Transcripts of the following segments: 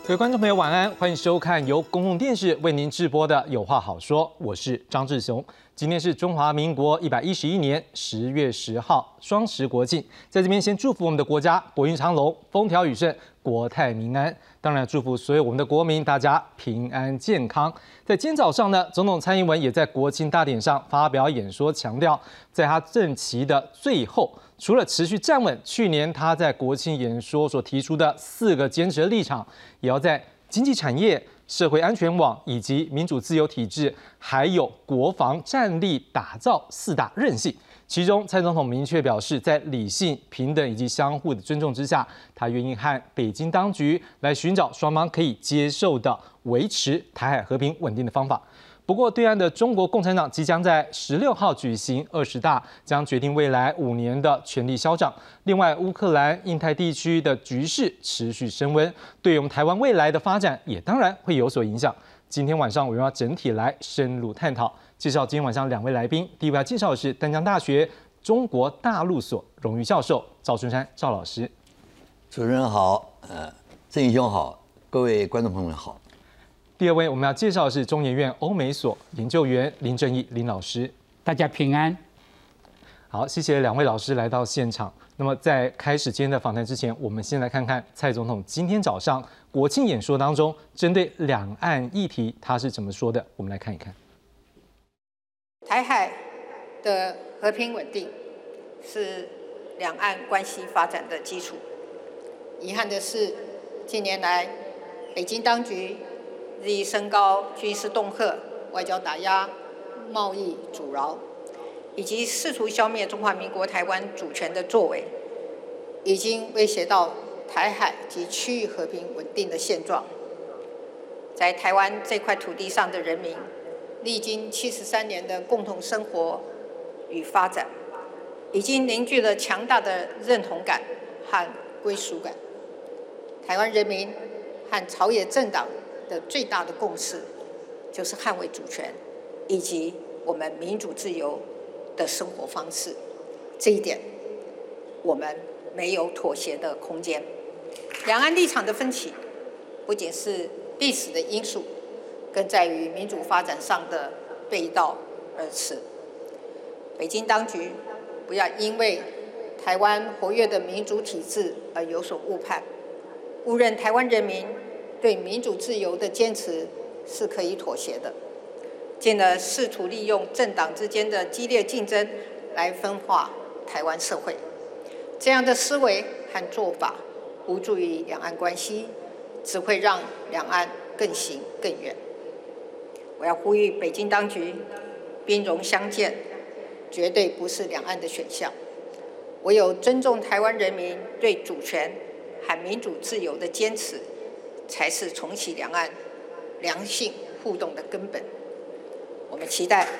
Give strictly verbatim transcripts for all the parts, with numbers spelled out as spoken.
各位观众朋友，晚安，欢迎收看由公共电视为您直播的《有话好说》，我是张志雄。今天是中华民国一百一十一年十月十号，双十国庆，在这边先祝福我们的国家国运昌隆、风调雨顺、国泰民安。当然，祝福所有我们的国民，大家平安健康。在今天早上呢，总统蔡英文也在国庆大典上发表演说，强调在他任期的最后，除了持续站稳去年他在国庆演说所提出的四个坚持的立场，也要在经济产业、社会安全网以及民主自由体制，还有国防战力打造四大韧性。其中，蔡总统明确表示，在理性、平等以及相互的尊重之下，他愿意和北京当局来寻找双方可以接受的维持台海和平稳定的方法。不过，对岸的中国共产党即将在十六号举行二十大，将决定未来五年的权力消长。另外，乌克兰、印太地区的局势持续升温，对我们台湾未来的发展也当然会有所影响。今天晚上我们要整体来深入探讨。介绍今天晚上两位来宾，第一位要介绍的是淡江大学中国大陆所荣誉教授赵春山赵老师。 主持人好，呃，郑义兄好，各位观众朋友们好。 第二位我们要介绍的是中研院欧美所研究员林正义林老师。 大家平安。 好，谢谢两位老师来到现场。那么在开始今天的访谈之前，我们先来看看蔡总统今天早上国庆演说当中，针对两岸议题他是怎么说的。我们来看一看。 台海的和平稳定是两岸关系发展的基础。遗憾的是，近年来北京当局日益升高军事恫吓、外交打压、贸易阻挠，以及试图消灭中华民国台湾主权的作为，已经威胁到台海及区域和平稳定的现状。在台湾这块土地上的人民，历经七十三年的共同生活与发展，已经凝聚了强大的认同感和归属感。台湾人民和朝野政党的最大的共识，就是捍卫主权以及我们民主自由的生活方式。这一点，我们没有妥协的空间。两岸立场的分歧，不仅是历史的因素，更在于民主发展上的背道而驰。北京当局不要因为台湾活跃的民主体制而有所误判，误认台湾人民对民主自由的坚持是可以妥协的，进而试图利用政党之间的激烈竞争来分化台湾社会。这样的思维和做法无助于两岸关系，只会让两岸更行更远。我要呼吁北京当局，兵戎相见绝对不是两岸的选项，唯有尊重台湾人民对主权和民主自由的坚持，才是重启两岸良性互动的根本。我们期待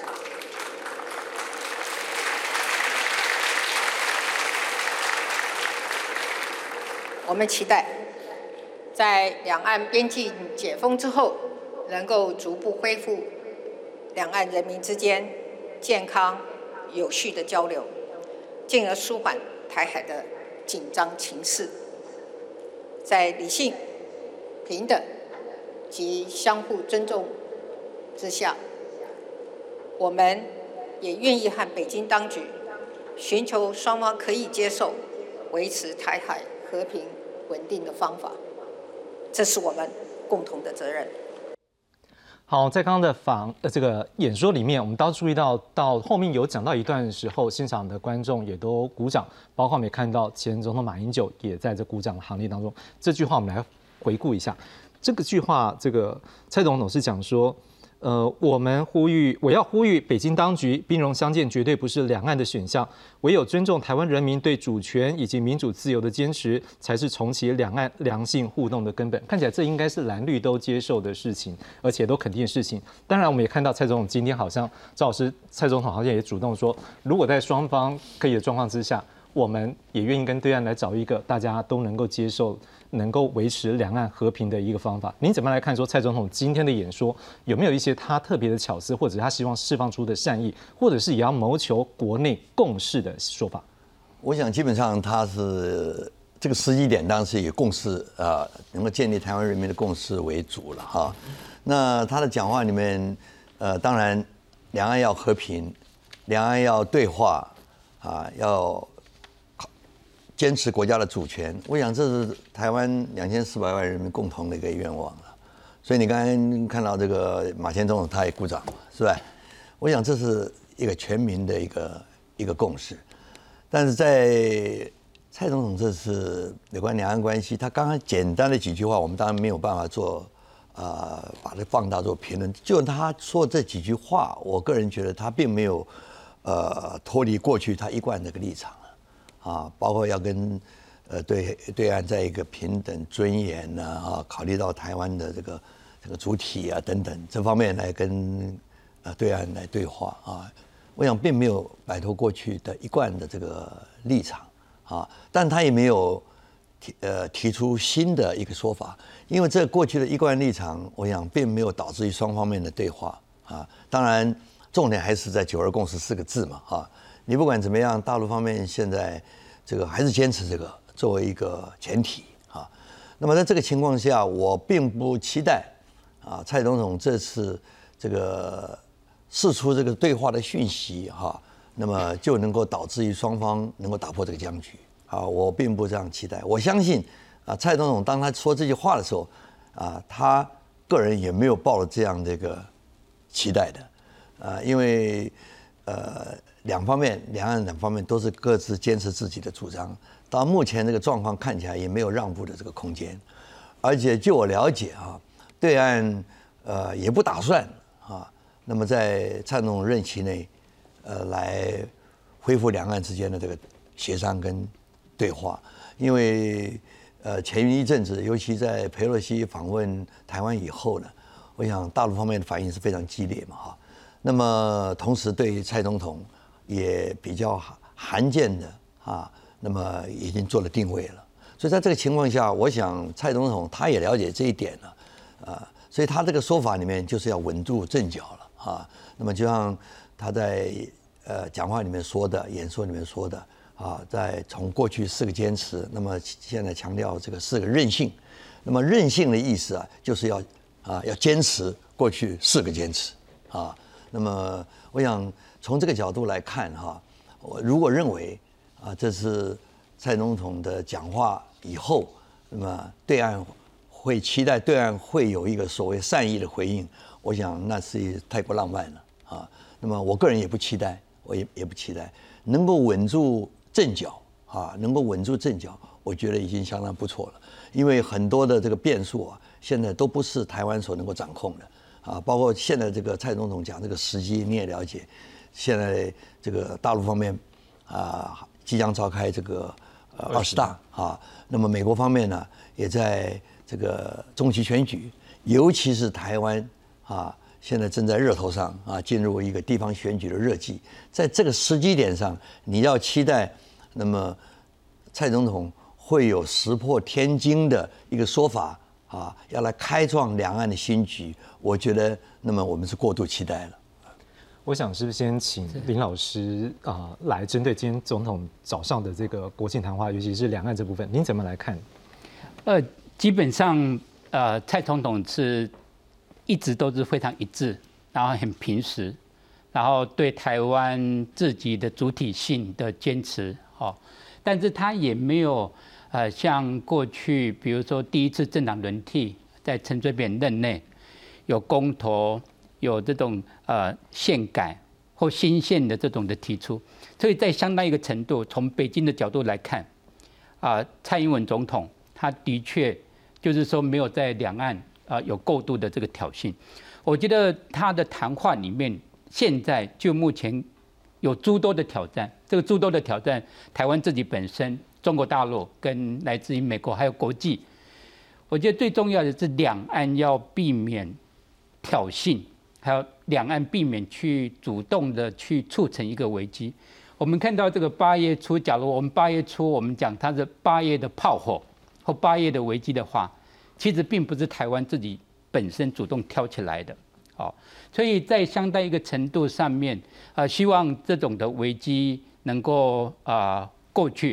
我们期待在两岸边境解封之后，能够逐步恢复两岸人民之间健康有序的交流，进而舒缓台海的紧张情势。在理性、平等及相互尊重之下，我们也愿意和北京当局寻求双方可以接受、维持台海和平稳定的方法，这是我们共同的责任。 好，在刚刚的访呃这个演说里面，我们都注意到，到后面有讲到一段时候，现场的观众也都鼓掌，包括我们也看到前总统马英九也在这鼓掌的行列当中。这句话我们来回顾一下，这个句话，这个蔡总统是讲说，呃，我们呼吁，我要呼吁北京当局，兵戎相见绝对不是两岸的选项，唯有尊重台湾人民对主权以及民主自由的坚持，才是重启两岸良性互动的根本。看起来这应该是蓝绿都接受的事情，而且都肯定的事情。当然，我们也看到蔡总统今天好像赵老师，蔡总统好像也主动说，如果在双方可以的状况之下，我们也愿意跟对岸来找一个大家都能够接受、能够维持两岸和平的一个方法。您怎么来看说蔡总统今天的演说有没有一些他特别的巧思，或者他希望释放出的善意，或者是也要谋求国内共识的说法？ 我想基本上他是这个时机点当然是以共识啊、呃，能够建立台湾人民的共识为主了哈。那他的讲话里面，呃，当然两岸要和平，两岸要对话啊，要坚持国家的主权。我想这是台湾两千四百万人民共同的一个愿望了。所以你刚才看到这个马前总统他也鼓掌，是吧？我想这是一个全民的一个一个共识。但是在蔡总统这次有关两岸关系，他刚刚简单的几句话，我们当然没有办法做啊、呃，把它放大做评论。就他说这几句话，我个人觉得他并没有呃脱离过去他一贯那个立场啊，包括要跟呃对对岸在一个平等尊严呢啊，考虑到台湾的这个这个主体啊等等这方面来跟呃对岸来对话啊。我想并没有摆脱过去的一贯的这个立场啊，但他也没有提呃提出新的一个说法，因为这过去的一贯立场，我想并没有导致于双方面的对话啊。当然，重点还是在九二共识四个字嘛啊。你不管怎么样，大陆方面现在这个还是坚持这个作为一个前提啊。那么在这个情况下，我并不期待啊蔡总统这次这个释出这个对话的讯息哈，那么就能够导致于双方能够打破这个僵局啊，我并不这样期待。我相信啊，蔡总统当他说这句话的时候啊，他个人也没有抱了这样的一个期待的啊，因为呃两方面，两岸两方面都是各自坚持自己的主张，到目前这个状况看起来也没有让步的这个空间，而且据我了解啊，对岸呃也不打算啊。那么在蔡总统任期内，呃，来恢复两岸之间的这个协商跟对话，因为呃前一阵子，尤其在裴洛西访问台湾以后呢，我想大陆方面的反应是非常激烈嘛哈。那么同时对于蔡总统也比较罕见的啊，那么已经做了定位了。所以在这个情况下，我想蔡总统他也了解这一点了，啊，所以他这个说法里面就是要稳住阵脚了。啊，那么就像他在呃讲话里面说的，演说里面说的啊，在从过去四个坚持，那么现在强调这个四个韧性。那么韧性的意思啊，就是要啊要坚持过去四个坚持啊。那么我想从这个角度来看哈，我如果认为啊这是蔡总统的讲话以后，那么对岸会期待对岸会有一个所谓善意的回应。我想那是太过浪漫了啊。那么我个人也不期待，我也也不期待能够稳住阵脚啊，能够稳住阵脚，我觉得已经相当不错了。因为很多的这个变数啊，现在都不是台湾所能够掌控的啊。包括现在这个蔡总统讲这个时机，你也了解，现在这个大陆方面啊即将召开这个呃二十大啊，那么美国方面呢也在这个中期选举，尤其是台湾。啊，现在正在热头上啊，进入一个地方选举的热季，在这个时机点上，你要期待，那么蔡总统会有石破天惊的一个说法啊，要来开创两岸的新局，我觉得，那么我们是过度期待了。 我想是不是先请林老师啊、呃、来针对今天总统早上的这个国庆谈话，尤其是两岸这部分，您怎么来看？ 呃，基本上呃，蔡总统是。一直都是非常一致，然后很平实，然后对台湾自己的主体性的坚持，哦，但是他也没有呃像过去，比如说第一次政党轮替，在陈水扁任内有公投，有这种呃宪改或新宪的这种的提出，所以在相当一个程度，从北京的角度来看，啊、呃，蔡英文总统他的确就是说没有在两岸。啊，有过度的这个挑衅，我觉得他的谈话里面，现在就目前有诸多的挑战。这个诸多的挑战，台湾自己本身、中国大陆跟来自于美国还有国际，我觉得最重要的是两岸要避免挑衅，还有两岸避免去主动的去促成一个危机。我们看到这个八月初，假如我们八月初我们讲它是八月的炮火或八月的危机的话。其实并不是台湾自己本身主动挑起来的，哦，所以在相当一个程度上面，呃，希望这种的危机能够啊、呃、过去，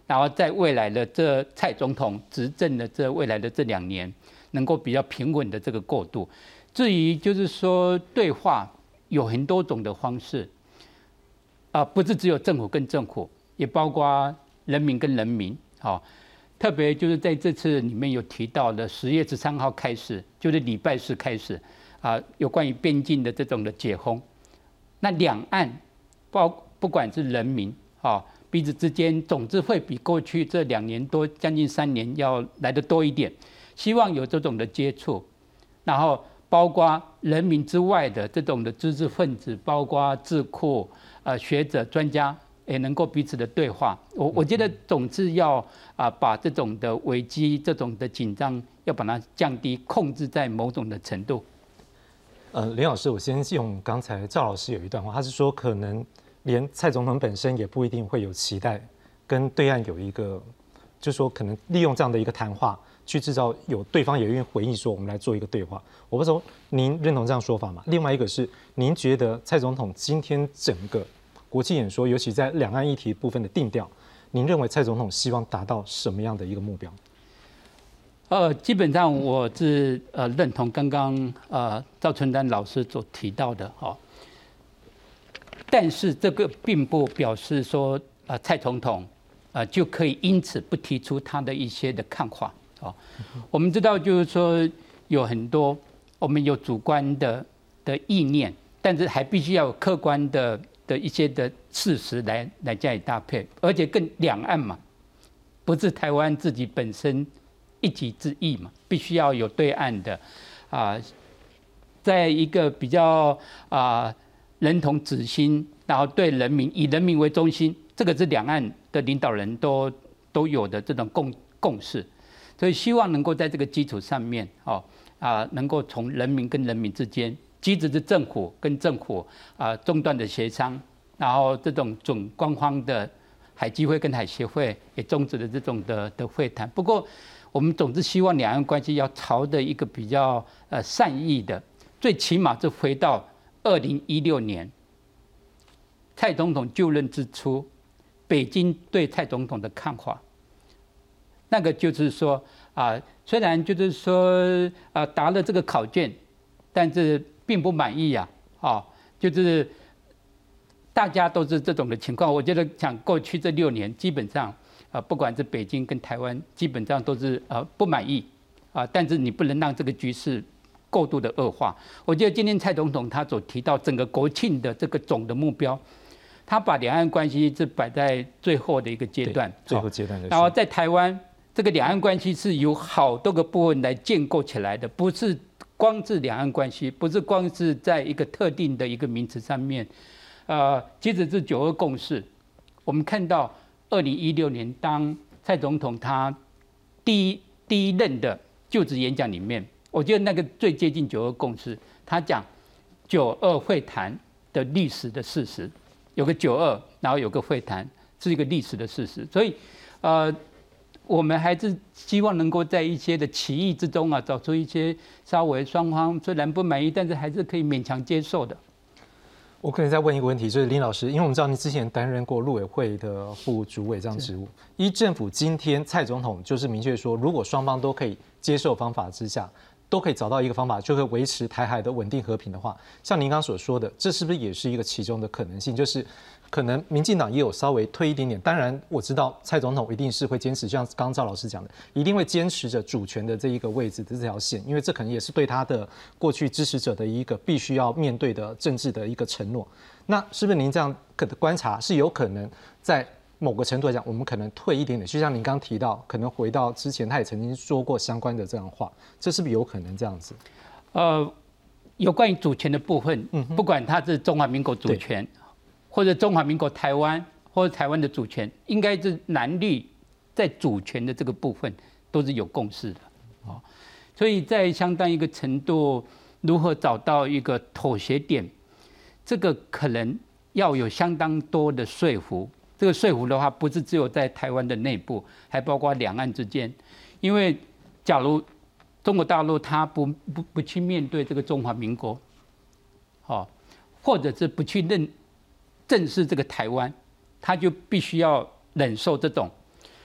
然后在未来的这蔡总统执政的这未来的这两年，能够比较平稳的这个过渡。至于就是说对话有很多种的方式，啊、呃，不是只有政府跟政府，也包括人民跟人民，好、哦。特别就是在这次里面有提到的十月十三号开始，就是礼拜四开始，啊、呃，有关于边境的这种的解封，那两岸包不管是人民啊、哦，彼此之间总之会比过去这两年多将近三年要来得多一点，希望有这种的接触，然后包括人民之外的这种的知识分子，包括智库、呃学者、专家。也能够彼此的对话，我我觉得总是要啊把这种的危机、这种的紧张，要把它降低、控制在某种的程度。 呃，林老师，我先用刚才赵老师有一段话，他是说可能连蔡总统本身也不一定会有期待，跟对岸有一个，就是说可能利用这样的一个谈话去制造有对方也愿意回应说我们来做一个对话。我不知道您认同这样说法吗？另外一个是您觉得蔡总统今天整个国际演说，尤其在两岸议题部分的定调，您认为蔡总统希望达到什么样的一个目标？ 呃，基本上我是呃认同刚刚呃赵春丹老师所提到的哈、哦，但是这个并不表示说呃蔡总统呃就可以因此不提出他的一些的看法哦。我们知道就是说有很多我们有主观的的意念，但是还必须要有客观的。的一些的事实来来加以搭配，而且跟两岸嘛，不是台湾自己本身一己之意嘛，必须要有对岸的啊、呃，在一个比较啊、呃、人同子心，然后对人民以人民为中心，这个是两岸的领导人都都有的这种共共识，所以希望能够在这个基础上面，哦啊、呃，能够从人民跟人民之间。即使是政府跟政府啊中断的协商，然后这种准官方的海基会跟海协会也终止了这种的的会谈。不过，我们总是希望两岸关系要朝着一个比较呃善意的，最起码是回到二零一六年蔡总统就任之初，北京对蔡总统的看法。那个就是说啊、呃，虽然就是说啊、呃、答了这个考卷，但是并不满意呀、啊，哦，就是大家都是这种的情况。我觉得，讲过去这六年，基本上，呃，不管是北京跟台湾，基本上都是呃不满意啊、呃。但是你不能让这个局势过度的恶化。我觉得今天蔡总统他所提到整个国庆的这个总的目标，他把两岸关系是摆在最后的一个阶段， 最后阶段的。 然后在台湾，这个两岸关系是由好多个部分来建构起来的，不是。光是两岸关系，不是光是在一个特定的一个名词上面，呃，即使是九二共识，我们看到二零一六年当蔡总统他第一第一任的就职演讲里面，我觉得那个最接近九二共识，他讲九二会谈的历史的事实，有个九二，然后有个会谈，是一个历史的事实，所以呃。我们还是希望能够在一些的歧义之中啊，找出一些稍微双方虽然不满意，但是还是可以勉强接受的。 我可能再问一个问题，就是林老师，因为我们知道你之前担任过陆委会的副主委这样职务，依政府今天蔡总统就是明确说，如果双方都可以接受方法之下，都可以找到一个方法，就可以维持台海的稳定和平的话，像您刚刚所说的，这是不是也是一个其中的可能性？就是可能民进党也有稍微推一点点。当然，我知道蔡总统一定是会坚持，像刚刚赵老师讲的，一定会坚持着主权的这一个位置的这条线，因为这可能也是对他的过去支持者的一个必须要面对的政治的一个承诺。那是不是您这样可观察是有可能在某个程度来讲，我们可能退一点点，就像您刚刚提到，可能回到之前他也曾经说过相关的这样的话，这是不是有可能这样子？ 呃，有关于主权的部分，不管它是中华民国主权，或者中华民国台湾，或者台湾的主权，应该是蓝绿在主权的这个部分都是有共识的。哦，所以在相当一个程度，如何找到一个妥协点，这个可能要有相当多的说服。这个说服的话，不是只有在台湾的内部，还包括两岸之间。因为假如中国大陆它不不不去面对这个中华民国，哦，或者是不去认正视这个台湾，它就必须要忍受这种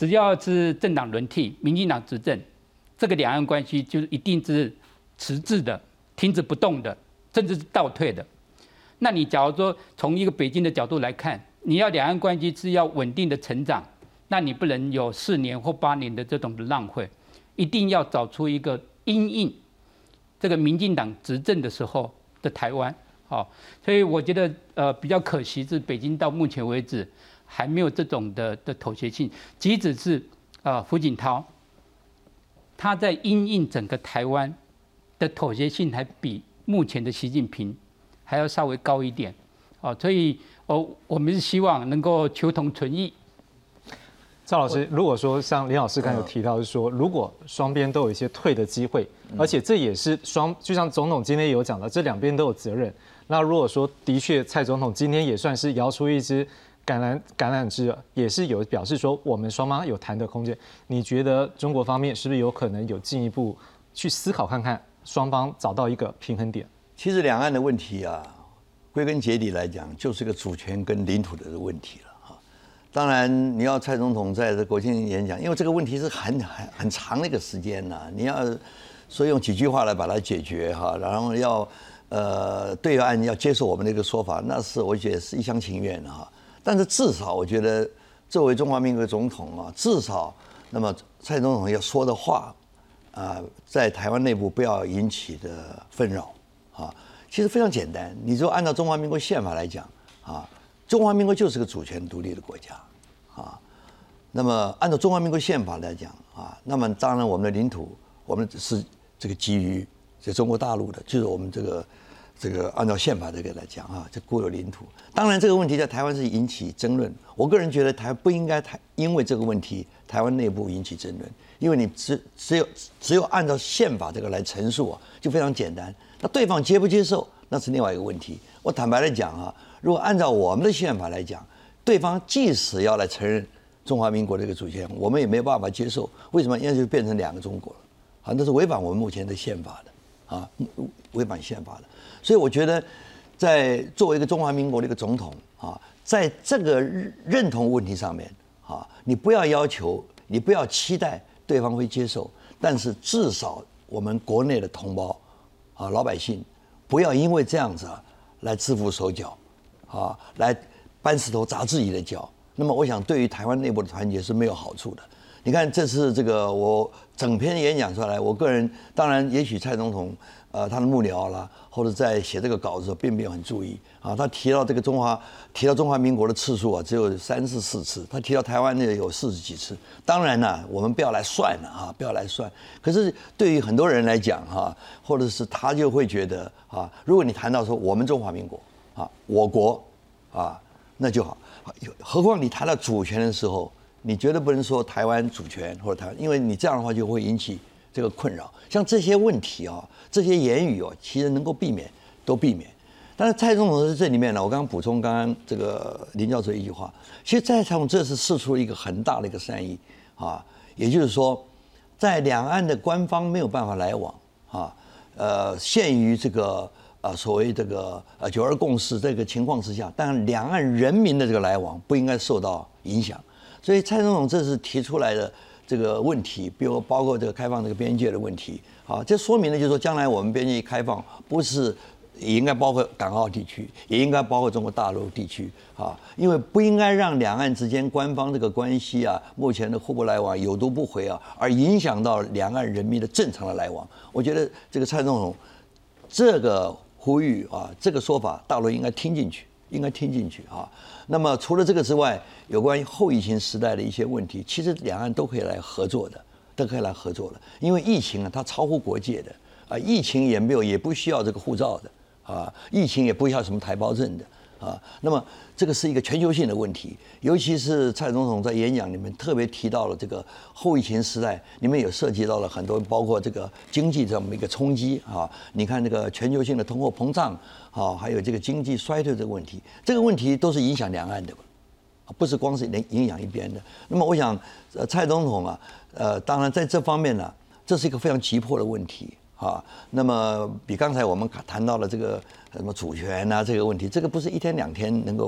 只要是政党轮替，民进党执政，这个两岸关系就一定是迟滞的、停止不动的，甚至是倒退的。那你假如说从一个北京的角度来看，你要两岸关系是要稳定的成长，那你不能有四年或八年的这种的浪费，一定要找出一个因应这个民进党执政的时候的台湾。好，所以我觉得呃比较可惜是北京到目前为止还没有这种的的妥协性，即使是呃胡锦涛，他在因应整个台湾的妥协性还比目前的习近平还要稍微高一点。哦，所以哦我们是希望能够求同存异。 赵老师，如果说像林老师刚才有提到，是说如果双边都有一些退的机会，而且这也是双，就像总统今天也有讲到，这两边都有责任。那如果说的确蔡总统今天也算是摇出一支橄榄橄榄枝，也是有表示说我们双方有谈的空间。你觉得中国方面是不是有可能有进一步去思考看看，双方找到一个平衡点？ 其实两岸的问题啊，归根结底来讲，就是个主权跟领土的问题了。当然，你要蔡总统在这国庆演讲，因为这个问题是很很很长的一个时间呐、啊，你要说用几句话来把它解决哈，然后要呃对岸要接受我们的一个说法，那是我觉得是一厢情愿的哈。但是至少我觉得，作为中华民国总统啊，至少那么蔡总统要说的话啊、呃，在台湾内部不要引起的纷扰啊，其实非常简单。你就按照中华民国宪法来讲啊。中华民国就是个主权独立的国家，啊，那么按照中华民国宪法来讲啊，那么当然我们的领土，我们是这个基于这中国大陆的，就是我们这个这个按照宪法这个来讲啊，这固有领土。当然这个问题在台湾是引起争论，我个人觉得台湾不应该台因为这个问题台湾内部引起争论，因为你只只有只有按照宪法这个来陈述啊，就非常简单。那对方接不接受，那是另外一个问题。我坦白来讲啊。如果按照我们的宪法来讲，对方即使要来承认中华民国这个主权，我们也没有办法接受。为什么？因为就变成两个中国了，啊，那是违反我们目前的宪法的，啊，违反宪法的。所以我觉得，在作为一个中华民国的一个总统啊，在这个认同问题上面啊，你不要要求，你不要期待对方会接受，但是至少我们国内的同胞啊，老百姓不要因为这样子啊来自缚手脚。啊，来搬石头砸自己的脚。那么，我想对于台湾内部的团结是没有好处的。你看，这次这个我整篇演讲出来，我个人当然，也许蔡总统呃他的幕僚啦，或者在写这个稿子的时候，并没有很注意啊。他提到这个中华，提到中华民国的次数啊，只有三至四次。他提到台湾呢，有四十几次。当然呢，我们不要来算了啊，不要来算。可是对于很多人来讲哈，或者是他就会觉得啊，如果你谈到说我们中华民国。啊，我国啊，那就好。何况你谈到主权的时候，你绝对不能说台湾主权或者台湾，因为你这样的话就会引起这个困扰。像这些问题啊，这些言语哦，其实能够避免都避免。但是蔡总统在这里面呢，我刚刚补充刚刚这个林教授一句话，其实蔡总统这是释出一个很大的一个善意啊，也就是说，在两岸的官方没有办法来往啊，呃，限于这个。啊，所谓这个呃九二共识这个情况之下，但两岸人民的这个来往不应该受到影响，所以蔡总统这是提出来的这个问题，比如包括这个开放这个边界的问题，啊，这说明了就是说，将来我们边界开放不是也应该包括港澳地区，也应该包括中国大陆地区啊，因为不应该让两岸之间官方这个关系啊，目前的互不来往有毒不回啊，而影响到两岸人民的正常的来往。我觉得这个蔡总统这个。呼吁啊，这个说法大陆应该听进去，应该听进去啊。那么除了这个之外，有关于后疫情时代的一些问题，其实两岸都可以来合作的，都可以来合作的。因为疫情啊，它超乎国界的啊，疫情也没有，也不需要这个护照的啊，疫情也不需要什么台胞证的啊。那么这个是一个全球性的问题，尤其是蔡总统在演讲里面特别提到了这个后疫情时代，里面有涉及到了很多，包括这个经济这么一个冲击啊。你看这个全球性的通货膨胀啊，还有这个经济衰退这个问题，这个问题都是影响两岸的，不是光是能影响一边的。那么我想，呃，蔡总统啊，呃，当然在这方面呢，这是一个非常急迫的问题。啊，那么比刚才我们谈到了这个什么主权啊这个问题，这个不是一天两天能够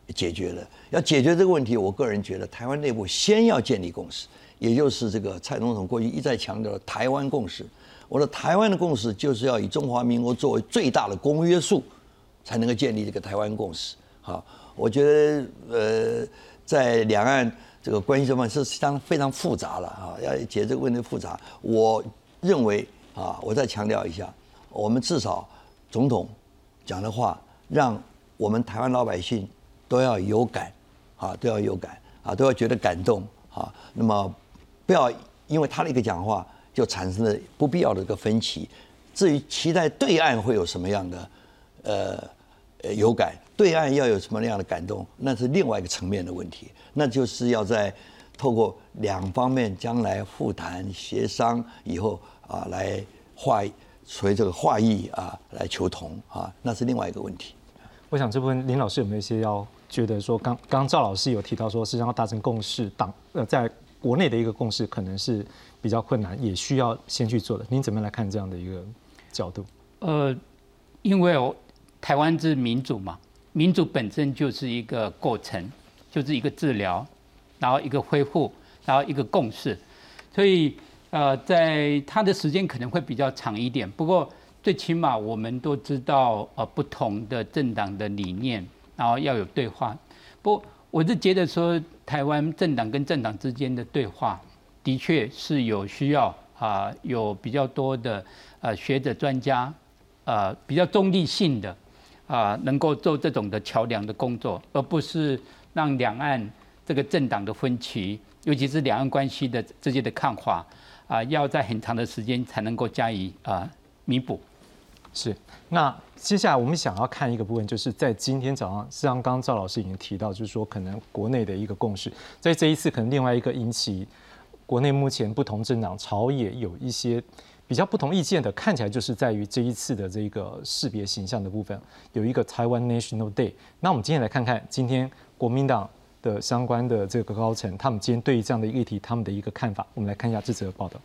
解决了。要解决这个问题，我个人觉得台湾内部先要建立共识，也就是这个蔡总统过去一再强调的台湾共识。我的台湾的共识就是要以中华民国作为最大的公约数，才能够建立这个台湾共识。好，我觉得呃，在两岸这个关系这方面是相当非常复杂了啊，要解这个问题复杂。我认为啊，我再强调一下，我们至少总统讲的话，让我们台湾老百姓都要有感，啊，都要有感，啊，都要觉得感动，啊，那么不要因为他的一个讲话就产生了不必要的一个分歧。至于期待对岸会有什么样的呃呃有感，对岸要有什么样的感动，那是另外一个层面的问题，那就是要在透过两方面将来互谈协商以后啊，来化所谓这个化意啊，来求同啊，那是另外一个问题。 我想这部分林老师有没有一些要觉得说，刚刚赵老师有提到说，实际上要达成共识，党呃在国内的一个共识可能是比较困难，也需要先去做的。您怎么样来看这样的一个角度？ 呃，因为台湾是民主嘛，民主本身就是一个过程，就是一个治疗，然后一个恢复，然后一个共识，所以呃，在它的时间可能会比较长一点，不过。最起码我们都知道，呃，不同的政党的理念，然后要有对话。不，我是觉得说，台湾政党跟政党之间的对话，的确是有需要啊、呃，有比较多的呃学者专家，呃，比较中立性的啊、呃，能够做这种的桥梁的工作，而不是让两岸这个政党的分歧，尤其是两岸关系的这些的看法啊、呃，要在很长的时间才能够加以啊、呃、弥补。 是，那接下来我们想要看一个部分，就是在今天早上，实际上刚刚赵老师已经提到，就是说可能国内的一个共识，在这一次可能另外一个引起国内目前不同政党朝野有一些比较不同意见的，看起来就是在于这一次的这个识别形象的部分，有一个台湾 National Day。那我们今天来看看今天国民党的相关的这个高层，他们今天对于这样的一个议题，他们的一个看法。我们来看一下这则报道。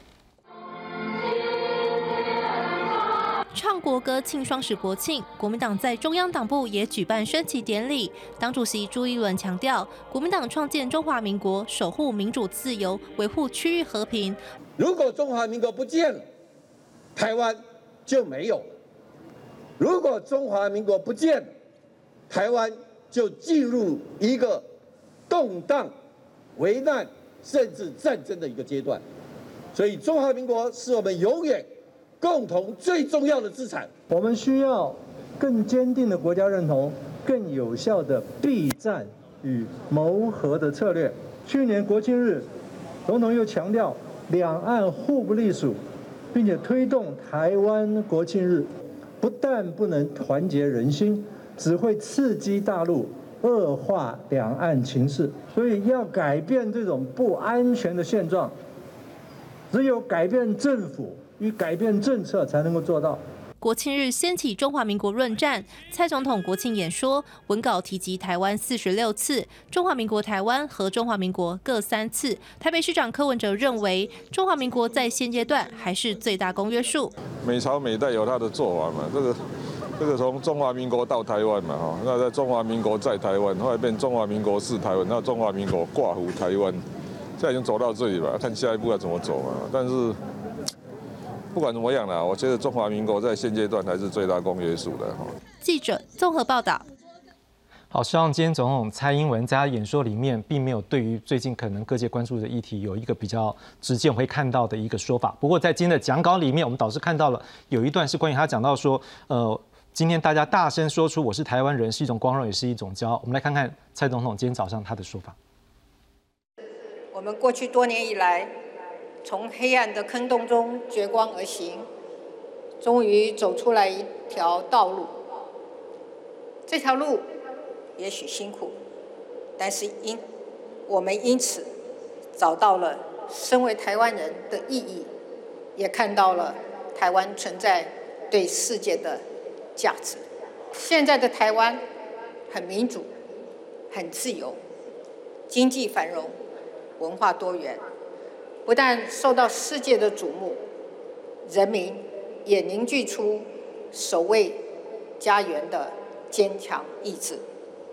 唱国歌庆双十国庆，国民党在中央党部也举办升旗典礼。党主席朱一伦强调，国民党创建中华民国，守护民主自由，维护区域和平。 如果中华民国不见了，台湾就没有了；如果中华民国不见了，台湾就进入一个动荡、危难甚至战争的一个阶段。所以，中华民国是我们永远共同最重要的资产。 我们需要更坚定的国家认同，更有效的避战与谋和的策略。去年国庆日，总统又强调两岸互不隶属，并且推动台湾国庆日，不但不能团结人心，只会刺激大陆恶化两岸情势。所以要改变这种不安全的现状，只有改变政府与改变政策才能够做到。 国庆日掀起中华民国论战，蔡总统国庆演说文稿提及台湾四十六次，中华民国台湾和中华民国各三次。台北市长柯文哲认为，中华民国在现阶段还是最大公约数。 每朝每代有他的做法嘛，这个这个从中华民国到台湾嘛，哈，那在中华民国在台湾，后来变中华民国是台湾，那中华民国挂糊台湾，现在已经走到这里了，看下一步要怎么走嘛。但是不管怎么样啦，我觉得中华民国在现阶段还是最大公约数的。 记者综合报道。 好，希望今天总统蔡英文在他演说里面，并没有对于最近可能各界关注的议题有一个比较直接会看到的一个说法。不过在今天的讲稿里面，我们导师看到了有一段是关于他讲到说，呃，今天大家大声说出我是台湾人是一种光荣，也是一种骄傲。我们来看看蔡总统今天早上他的说法。 我们过去多年以来，从黑暗的坑洞中掘光而行，终于走出来一条道路。这条路也许辛苦，但是因我们因此找到了身为台湾人的意义，也看到了台湾存在对世界的价值。现在的台湾很民主，很自由，经济繁荣，文化多元。不但受到世界的瞩目，人民也凝聚出守卫家园的坚强意志。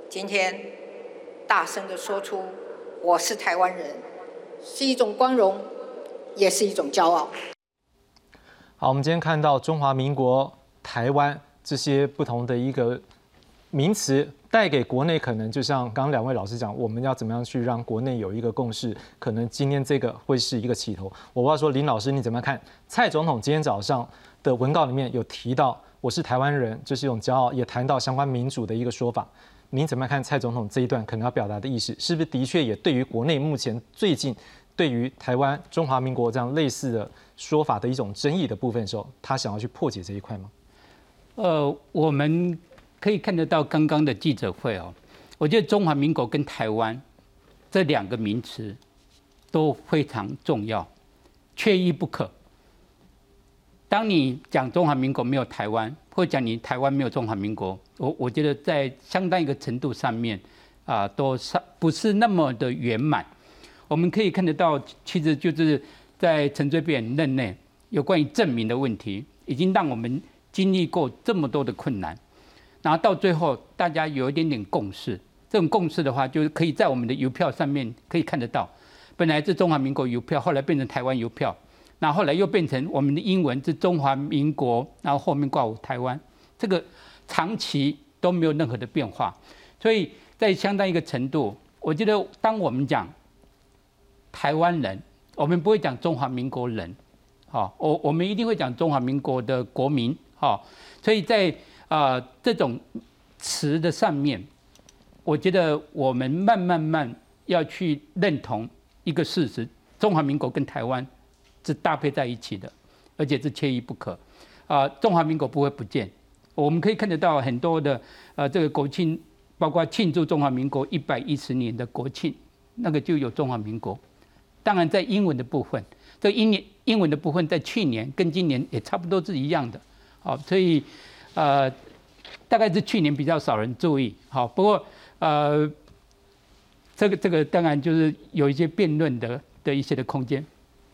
今天大声地说出我是台湾人，是一种光荣，也是一种骄傲。 好，我们今天看到中华民国、台湾这些不同的一个名词，带给国内可能就像刚刚两位老师讲，我们要怎么样去让国内有一个共识？可能今天这个会是一个起头。我不知道说林老师你怎么看？蔡总统今天早上的文告里面有提到我是台湾人，这是一种骄傲，也谈到相关民主的一个说法。您怎么看蔡总统这一段可能要表达的意思？是不是的确也对于国内目前最近对于台湾、中华民国这样类似的说法的一种争议的部分的时候，他想要去破解这一块吗？ 呃，我们可以看得到刚刚的记者会哦，我觉得中华民国跟台湾这两个名词都非常重要，缺一不可。当你讲中华民国没有台湾，或讲你台湾没有中华民国，我我觉得在相当一个程度上面啊、呃，都不是那么的圆满。我们可以看得到，其实就是在陈水扁任内有关于证明的问题，已经让我们经历过这么多的困难。然后到最后，大家有一点点共识。这种共识的话，就是可以在我们的邮票上面可以看得到。本来是中华民国邮票，后来变成台湾邮票，然后后来又变成我们的英文是中华民国，然后后面挂有台湾。这个长期都没有任何的变化。所以在相当一个程度，我觉得当我们讲台湾人，我们不会讲中华民国人，好，我我们一定会讲中华民国的国民，好，所以在啊、呃，这种词的上面，我觉得我们慢慢慢要去认同一个事实：中华民国跟台湾是搭配在一起的，而且是缺一不可。啊、呃，中华民国不会不见。我们可以看得到很多的呃这个国庆，包括庆祝中华民国一百一十年的国庆，那个就有中华民国。当然，在英文的部分，这英年英文的部分在去年跟今年也差不多是一样的。好，所以。呃，大概是去年比较少人注意，好，不过呃，这个这个当然就是有一些辩论的的一些的空间。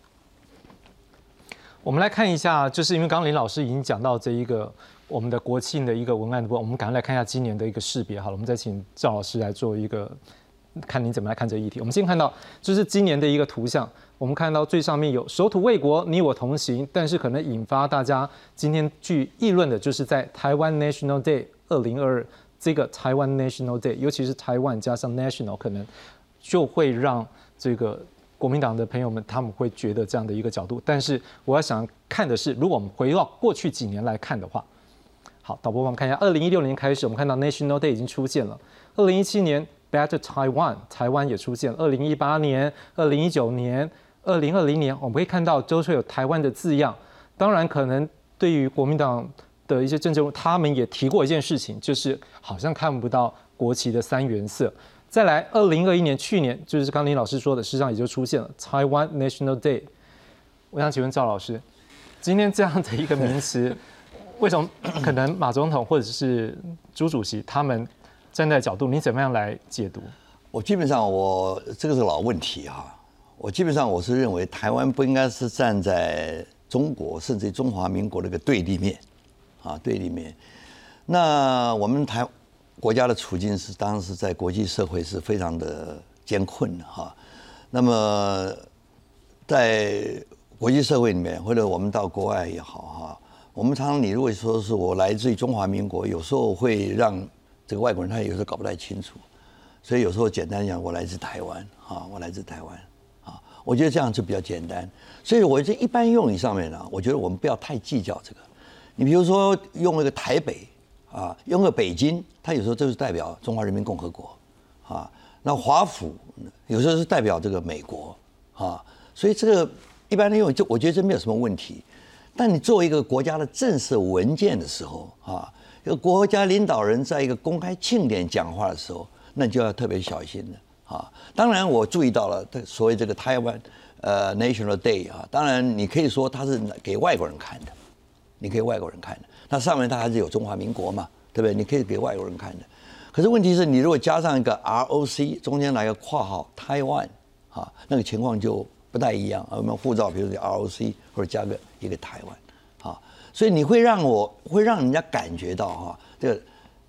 我们来看一下，就是因为刚刚林老师已经讲到这一个我们的国庆的一个文案的部分，我们赶快来看一下今年的一个识别好了，我们再请赵老师来做一个。看你怎么来看这个议题。我们先看到就是今年的一个图像，我们看到最上面有守土卫国，你我同行，但是可能引发大家今天去议论的，就是在台湾 National Day 二零二二这个台湾 National Day， 尤其是台湾加上 National， 可能就会让这个国民党的朋友们他们会觉得这样的一个角度。但是我要想看的是，如果我们回到过去几年来看的话，好，导播帮我们看一下，二零一六年开始，我们看到 National Day 已经出现了，二零一七年。Better Taiwan， 台湾也出现。二零一八年、二零一九年、二零二零年，我们可以看到都是有台湾的字样。当然，可能对于国民党的一些政治人物，他们也提过一件事情，就是好像看不到国旗的三原色。再来，二零二一年，去年就是刚林老师说的，事实上也就出现了 Taiwan National Day。我想请问赵老师，今天这样的一个名词，为什么可能马总统或者是朱主席他们？站在角度，你怎么样来解读？ 我基本上我这个是老问题哈。我基本上我是认为台湾不应该是站在中国甚至中华民国那个对立面，啊对立面。那我们台国家的处境是当时在国际社会是非常的艰困的哈。那么在国际社会里面，或者我们到国外也好哈，我们常常你如果说是我来自于中华民国，有时候会让这个外国人他有时候搞不太清楚，所以有时候简单讲，我来自台湾啊，我来自台湾啊，我觉得这样就比较简单。所以我这一般用语上面呢，我觉得我们不要太计较这个。你比如说用一个台北啊，用个北京，它有时候就是代表中华人民共和国啊。那华府有时候是代表这个美国啊，所以这个一般的用语，就我觉得这没有什么问题。但你作为一个国家的正式文件的时候啊。一个国家领导人在一个公开庆典讲话的时候，那你就要特别小心了啊！当然，我注意到了所谓这个台湾呃 National Day 啊，当然你可以说它是给外国人看的，你可以外国人看的。那上面它还是有中华民国嘛，对不对？你可以给外国人看的。可是问题是你如果加上一个 R O C， 中间来个括号 Taiwan 啊，那个情况就不太一样。我们护照比如说 R O C 或者加个一个台湾啊。所以你会让我会让人家感觉到哈，这个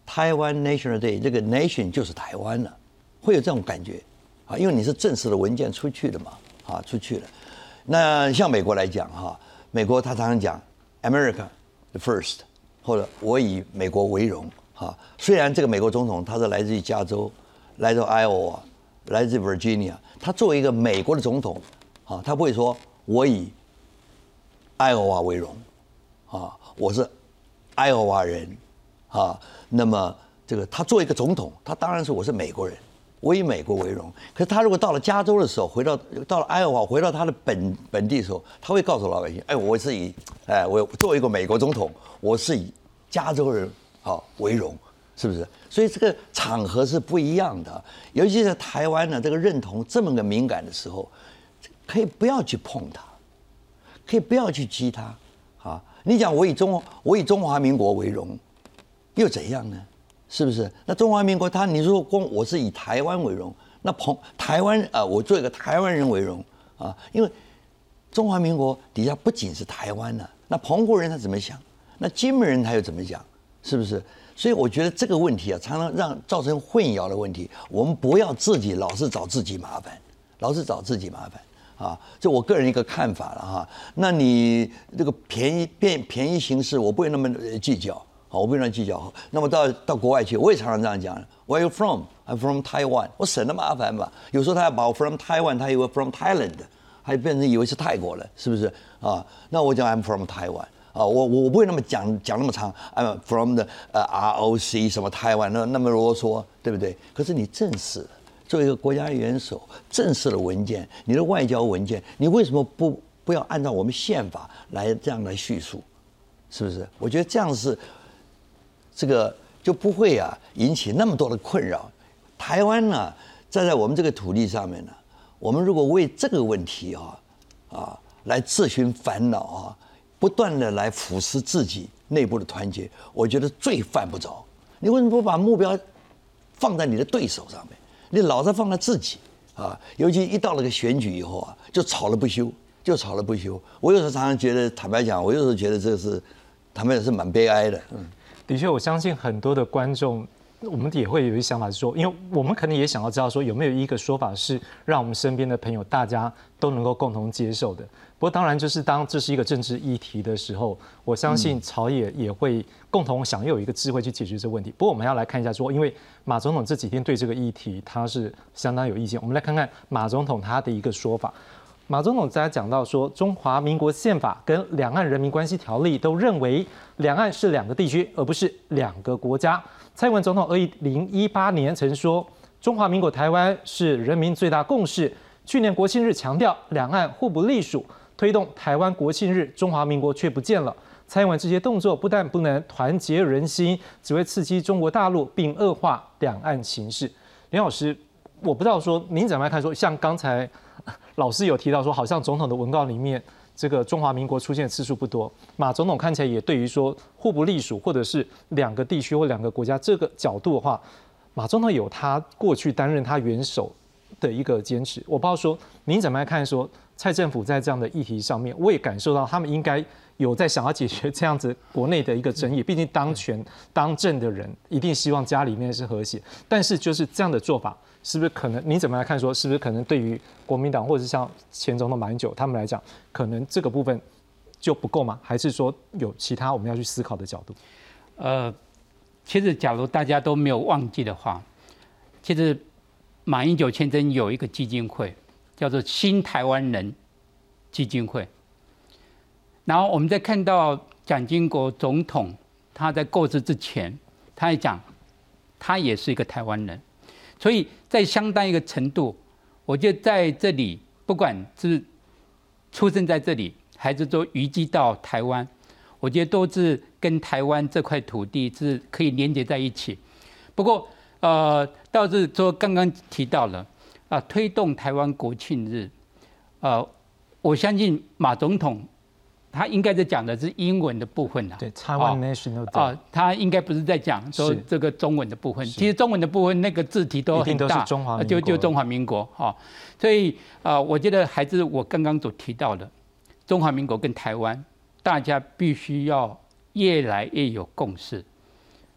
台湾 National Day， 这个 nation 就是台湾了，会有这种感觉啊，因为你是正式的文件出去的嘛，啊，出去了。那像美国来讲哈，美国他常常讲 America the first， 或者我以美国为荣哈。虽然这个美国总统他是来自于加州，来自 Iowa， 来自 Virginia， 他作为一个美国的总统啊，他不会说我以爱荷华为荣啊，我是爱荷华人啊。那么这个他作为一个总统，他当然是我是美国人。我以美国为荣，可是他如果到了加州的时候，回到到了爱荷华，回到他的本本地的时候，他会告诉老百姓：哎，我是以哎，我作为一个美国总统，我是以加州人好为荣，是不是？所以这个场合是不一样的，尤其是台湾呢，这个认同这么个敏感的时候，可以不要去碰它，可以不要去激它啊！你讲我以中我以中华民国为荣，又怎样呢？是不是？那中华民国他，你说光我是以台湾为荣，那澎台湾啊、呃，我做一个台湾人为荣啊，因为中华民国底下不仅是台湾呢、啊，那澎湖人他怎么想？那金门人他又怎么讲？是不是？所以我觉得这个问题啊，常常让造成混淆的问题。我们不要自己老是找自己麻烦，老是找自己麻烦啊，这我个人一个看法了哈。那你这个便宜便便宜行事，我不会那么计较。好，我不用计较。那么到到国外去，我也常常这样讲。Where are you from? I'm from Taiwan。我省得麻烦吧。有时候他要把我 from Taiwan， 他以为 from Thailand， 还变成以为是泰国了，是不是啊？那我讲 I'm from Taiwan 啊，我我不会那么讲讲那么长。I'm from the 呃 R O C 什么台湾，那那么啰嗦，对不对？可是你正式的作为一个国家元首，正式的文件，你的外交文件，你为什么不不要按照我们宪法来这样来叙述？是不是？我觉得这样是。这个就不会啊引起那么多的困扰。台湾呢，站在我们这个土地上面呢，我们如果为这个问题啊啊来自寻烦恼啊，不断的来腐蚀自己内部的团结，我觉得最犯不着。你为什么不把目标放在你的对手上面？你老是放在自己啊，尤其一到了个选举以后啊，就吵了不休，就吵了不休。我有时候常常觉得，坦白讲，我有时候觉得这个是，坦白讲是蛮悲哀的。嗯。 的确，我相信很多的观众，我们也会有一想法是说，因为我们可能也想要知道说，有没有一个说法是让我们身边的朋友大家都能够共同接受的。不过，当然就是当这是一个政治议题的时候，我相信朝野也会共同想有一个智慧去解决这个问题。不过，我们要来看一下说，因为马总统这几天对这个议题他是相当有意见，我们来看看马总统他的一个说法。马总统在讲到说，中华民国宪法跟两岸人民关系条例都认为两岸是两个地区，而不是两个国家。蔡英文总统二零一八年曾说，中华民国台湾是人民最大共识。去年国庆日强调两岸互不隶属，推动台湾国庆日，中华民国却不见了。蔡英文这些动作不但不能团结人心，只会刺激中国大陆，并恶化两岸情势。林老师，我不知道说您怎么看说，像刚才老师有提到说，好像总统的文告里面，这个中华民国出现的次数不多。马总统看起来也对于说互不隶属或者是两个地区或两个国家这个角度的话，马总统有他过去担任他元首的一个坚持。我不知道说您怎么看说蔡政府在这样的议题上面，我也感受到他们应该有在想要解决这样子国内的一个争议。毕竟当权当政的人一定希望家里面是和谐，但是就是这样的做法。是不是可能？你怎么来看？说是不是可能对于国民党或者是像前总统马英九他们来讲，可能这个部分就不够吗？还是说有其他我们要去思考的角度？ 呃，其实假如大家都没有忘记的话，其实马英九先生有一个基金会，叫做新台湾人基金会。然后我们在看到蒋经国总统他在构思之前，他也讲他也是一个台湾人。所以在相当一个程度，我觉得在这里，不管是出生在这里，还是说移居到台湾，我觉得都是跟台湾这块土地是可以连接在一起。不过，呃，倒是说刚刚提到了啊、呃，推动台湾国庆日，呃，我相信马总统。他应该在讲的是英文的部分啊， 对 ，Taiwan National Day 啊，他应该不是在讲说这个中文的部分。其实中文的部分那个字体都很大，就就中华民国哈。所以啊，我觉得还是我刚刚所提到的，中华民国跟台湾，大家必须要越来越有共识。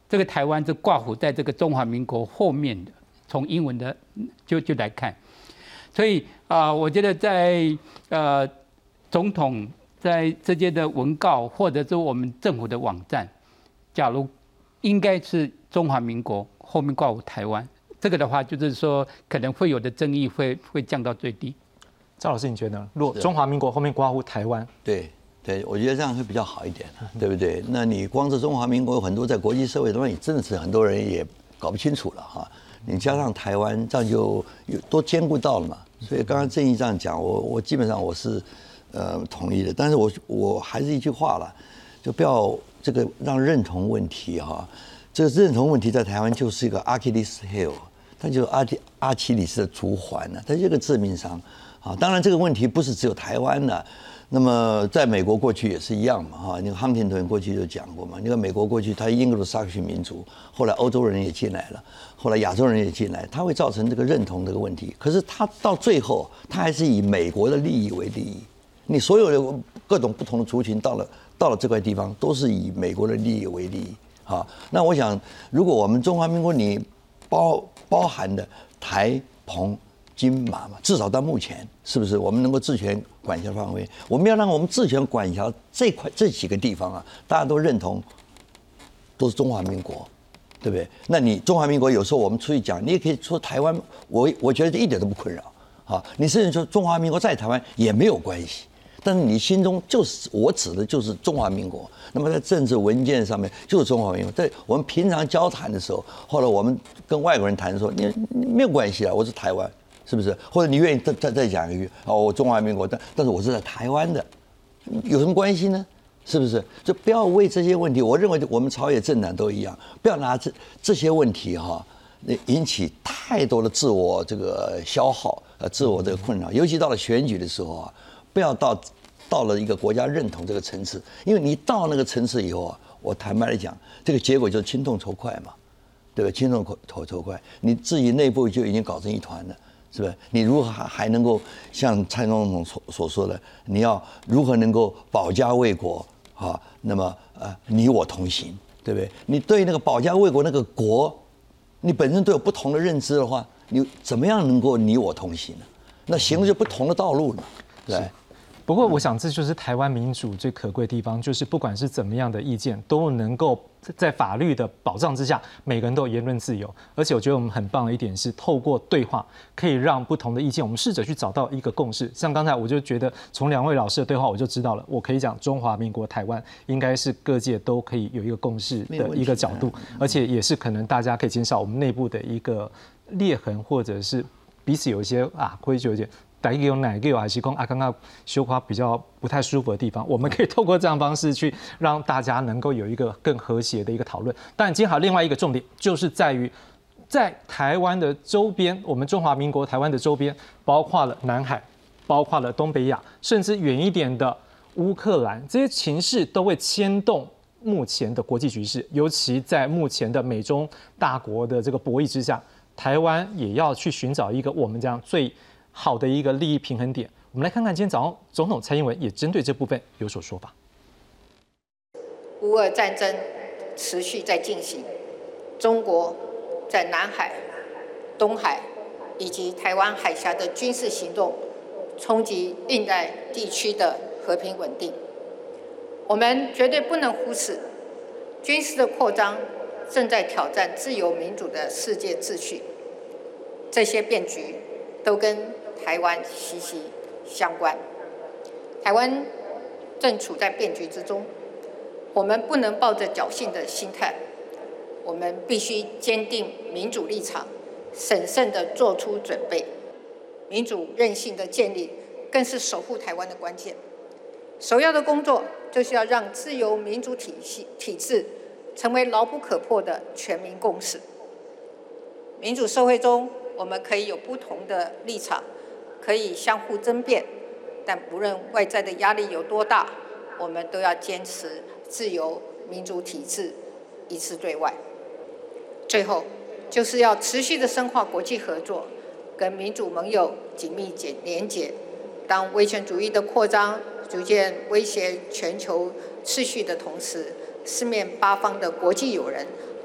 这个台湾是挂虎在这个中华民国后面的，从英文的就就来看，所以啊、呃，我觉得在呃总统在这些的文告或者是我们政府的网站，假如应该是中华民国后面挂虎台湾，这个的话就是说可能会有的争议会会降到最低。 赵老师，你觉得呢？如果中华民国后面挂虎台湾， 对。对，我觉得这样会比较好一点，对不对？那你光是中华民国有很多在国际社会当中，你真的是很多人也搞不清楚了哈。你加上台湾，这样就有都兼顾到了嘛。所以刚刚正义这样讲，我我基本上我是呃同意的。但是我我还是一句话了，就不要这个让认同问题哈。这个认同问题在台湾就是一个阿基里斯 heel， 它就是阿基阿基里斯的足环呢，它是一个致命伤啊。当然这个问题不是只有台湾的。那么，在美国过去也是一样嘛，哈，那个亨廷顿过去就讲过嘛，那个美国过去它英格鲁萨克逊民族，后来欧洲人也进来了，后来亚洲人也进来，它会造成这个认同这个问题。可是它到最后，它还是以美国的利益为利益。你所有的各种不同的族群到了到了这块地方，都是以美国的利益为利益。好，那我想，如果我们中华民国你包包含的台澎金马嘛，至少到目前，是不是我们能够治权管辖范围？我们要让我们治权管辖这块这几个地方啊，大家都认同，都是中华民国，对不对？那你中华民国有时候我们出去讲，你也可以说台湾，我我觉得这一点都不困扰啊。你甚至说中华民国在台湾也没有关系，但是你心中就是我指的就是中华民国。那么在政治文件上面就是中华民国。在我们平常交谈的时候，后来我们跟外国人谈说，你没有关系啊，我是台湾。是不是？或者你愿意再再再讲一句哦，我中华民国，但但是我是在台湾的，有什么关系呢？是不是？就不要为这些问题，我认为我们朝野政党都一样，不要拿这这些问题哈，引起太多的自我这个消耗，呃，自我这个困扰。尤其到了选举的时候啊，不要到到了一个国家认同这个层次，因为你到那个层次以后啊，我坦白来讲，这个结果就是亲痛仇快嘛，对吧？亲痛仇仇快，你自己内部就已经搞成一团了。是不是？你如何还还能够像蔡总统所所说的，你要如何能够保家卫国啊？那么呃，你我同行，对不对？你对那个保家卫国那个国，你本身都有不同的认知的话，你怎么样能够你我同行呢？那行就不同的道路了，对。 不过，我想这就是台湾民主最可贵的地方，就是不管是怎么样的意见，都能够在法律的保障之下，每个人都有言论自由。而且，我觉得我们很棒的一点是，透过对话，可以让不同的意见，我们试着去找到一个共识。像刚才我就觉得，从两位老师的对话，我就知道了，我可以讲中华民国台湾应该是各界都可以有一个共识的一个角度，而且也是可能大家可以减少我们内部的一个裂痕，或者是彼此有一些啊，会就有点。哪一个有哪一个有还是讲啊，刚刚修花比较不太舒服的地方，我们可以透过这样的方式去让大家能够有一个更和谐的一个讨论。但今天还有另外一个重点，就是在于在台湾的周边，我们中华民国台湾的周边，包括了南海，包括了东北亚，甚至远一点的乌克兰，这些情势都会牵动目前的国际局势，尤其在目前的美中大国的这个博弈之下，台湾也要去寻找一个我们这样最好的一个利益平衡点。我们来看看今天早上总统蔡英文也针对这部分有所说法。 乌俄战争持续在进行，中国在南海、东海以及台湾海峡的军事行动，冲击印太地区的和平稳定。我们绝对不能忽视，军事的扩张正在挑战自由民主的世界秩序。这些变局都跟台湾息息相关。台湾正处在变局之中，我们不能抱着侥幸的心态，我们必须坚定民主立场，审慎地做出准备。民主韧性的建立，更是守护台湾的关键。首要的工作就是要让自由民主体系体制成为牢不可破的全民共识。民主社会中，我们可以有不同的立场，可以相互争辩，但不论外在的压力有多大，我们都要坚持自由民主体制，一致对外。最后，就是要持续的深化国际合作，跟民主盟友紧密连结。当威权主义的扩张逐渐威胁全球秩序的同时，四面八方的国际友人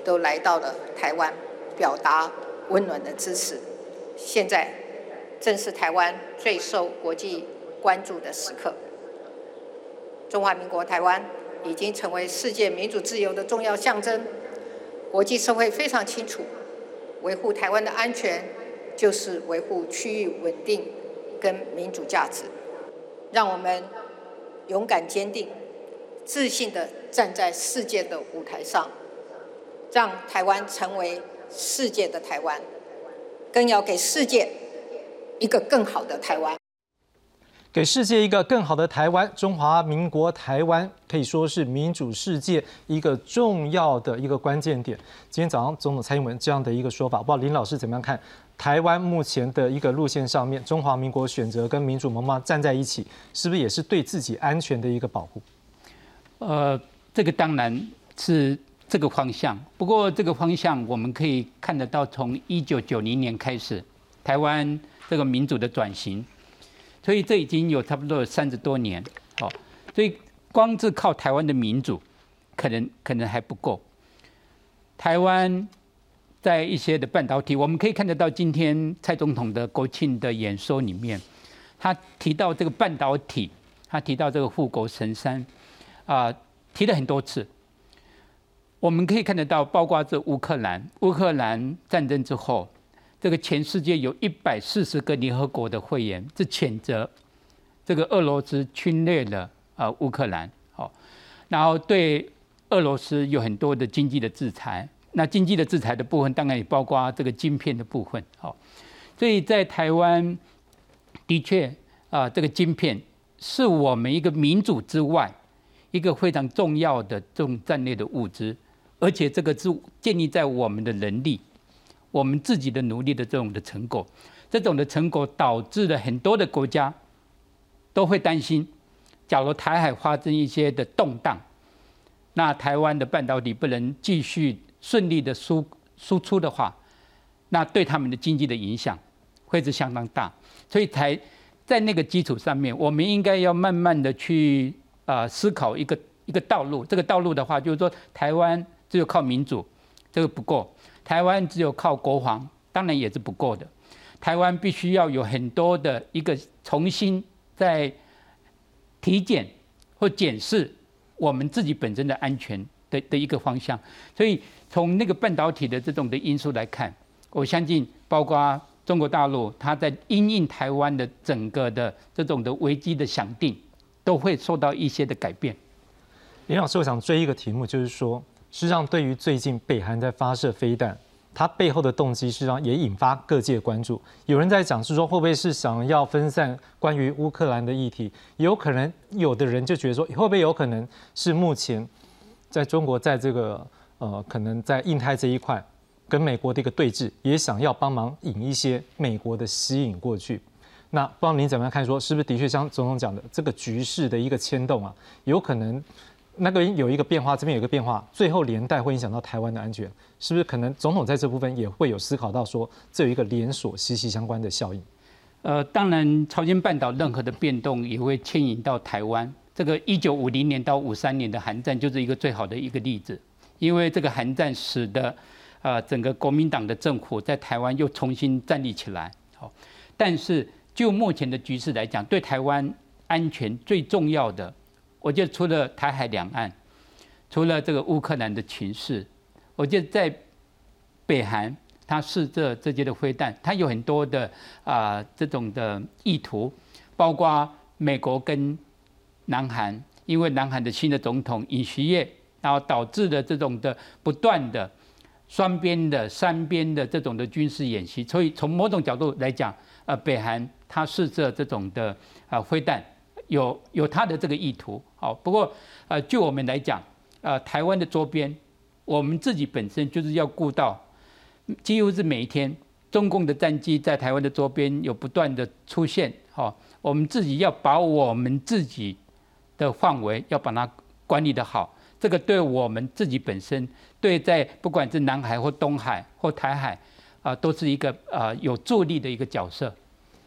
都来到了台湾，表达温暖的支持。现在正是台湾最受国际关注的时刻。中华民国台湾已经成为世界民主自由的重要象征，国际社会非常清楚，维护台湾的安全就是维护区域稳定跟民主价值。让我们勇敢坚定、自信地站在世界的舞台上，让台湾成为世界的台湾，更要给世界一个更好的台湾。 给世界一个更好的台湾，中华民国台湾可以说是民主世界一个重要的一个关键点。今天早上总统蔡英文这样的一个说法，不知道林老师怎么样看？台湾目前的一个路线上面，中华民国选择跟民主盟邦站在一起，是不是也是对自己安全的一个保护？ 呃，这个当然是这个方向。不过这个方向我们可以看得到，从一九九零年开始，台湾这个民主的转型。所以这已经有差不多有三十多年，哦，所以光是靠台湾的民主，可能可能还不够。台湾在一些的半导体，我们可以看得到，今天蔡总统的国庆的演说里面，他提到这个半导体，他提到这个护国神山，啊、呃，提了很多次。我们可以看得到，包括这乌克兰，乌克兰战争之后。这个全世界有一百四十个联合国的会员是谴责这个俄罗斯侵略了呃乌克兰，好，然后对俄罗斯有很多的经济的制裁。那经济的制裁的部分，当然也包括这个晶片的部分，好，所以在台湾的确啊、呃，这个晶片是我们一个民主之外一个非常重要的这种战略的物资，而且这个是建立在我们的能力。我们自己的努力的这种的成果，这种的成果导致了很多的国家都会担心，假如台海发生一些的动荡，那台湾的半导体不能继续顺利的输输出的话，那对他们的经济的影响会是相当大。所以才在那个基础上面，我们应该要慢慢的去呃思考一个一个道路。这个道路的话，就是说台湾只有靠民主，这个不够。台湾只有靠国防，当然也是不够的。台湾必须要有很多的一个重新在体检或检视我们自己本身的安全的的一个方向。所以从那个半导体的这种的因素来看，我相信包括中国大陆，它在因应台湾的整个的这种的危机的想定，都会受到一些的改变。 林老师，我想追一个题目，就是说。事实上，对于最近北韩在发射飞弹，它背后的动机，事实上也引发各界关注。有人在讲是说，会不会是想要分散关于乌克兰的议题？也有可能，有的人就觉得说，会不会有可能是目前在中国在这个呃，可能在印太这一块跟美国的一个对峙，也想要帮忙引一些美国的吸引过去。那不知道您怎么样看说，是不是的确像总统讲的，这个局势的一个牵动啊，有可能？那个有一个变化，这边有一个变化，最后连带会影响到台湾的安全，是不是？可能总统在这部分也会有思考到说，这有一个连锁息息相关的效应。 呃，当然，朝鲜半岛任何的变动也会牵引到台湾。这个一九五零年到五三年的韩战就是一个最好的一个例子，因为这个韩战使得呃整个国民党的政府在台湾又重新站立起来。好，但是就目前的局势来讲，对台湾安全最重要的。我觉得除了台海两岸，除了这个乌克兰的情势，我觉得在北韩，它试这这些的飞弹，它有很多的啊、呃、这种的意图，包括美国跟南韩，因为南韩的新的总统尹锡悦，然后导致了这种的不断的双边的、三边的这种的军事演习，所以从某种角度来讲，呃，北韩它试这这种的啊、呃、飞弹。有有他的这个意图，好，不过呃，就我们来讲，呃，台湾的周边，我们自己本身就是要顾到，几乎是每一天，中共的战机在台湾的周边有不断的出现，好，我们自己要把我们自己的范围要把它管理得好，这个对我们自己本身，对在不管是南海或东海或台海，啊、呃，都是一个呃有助力的一个角色。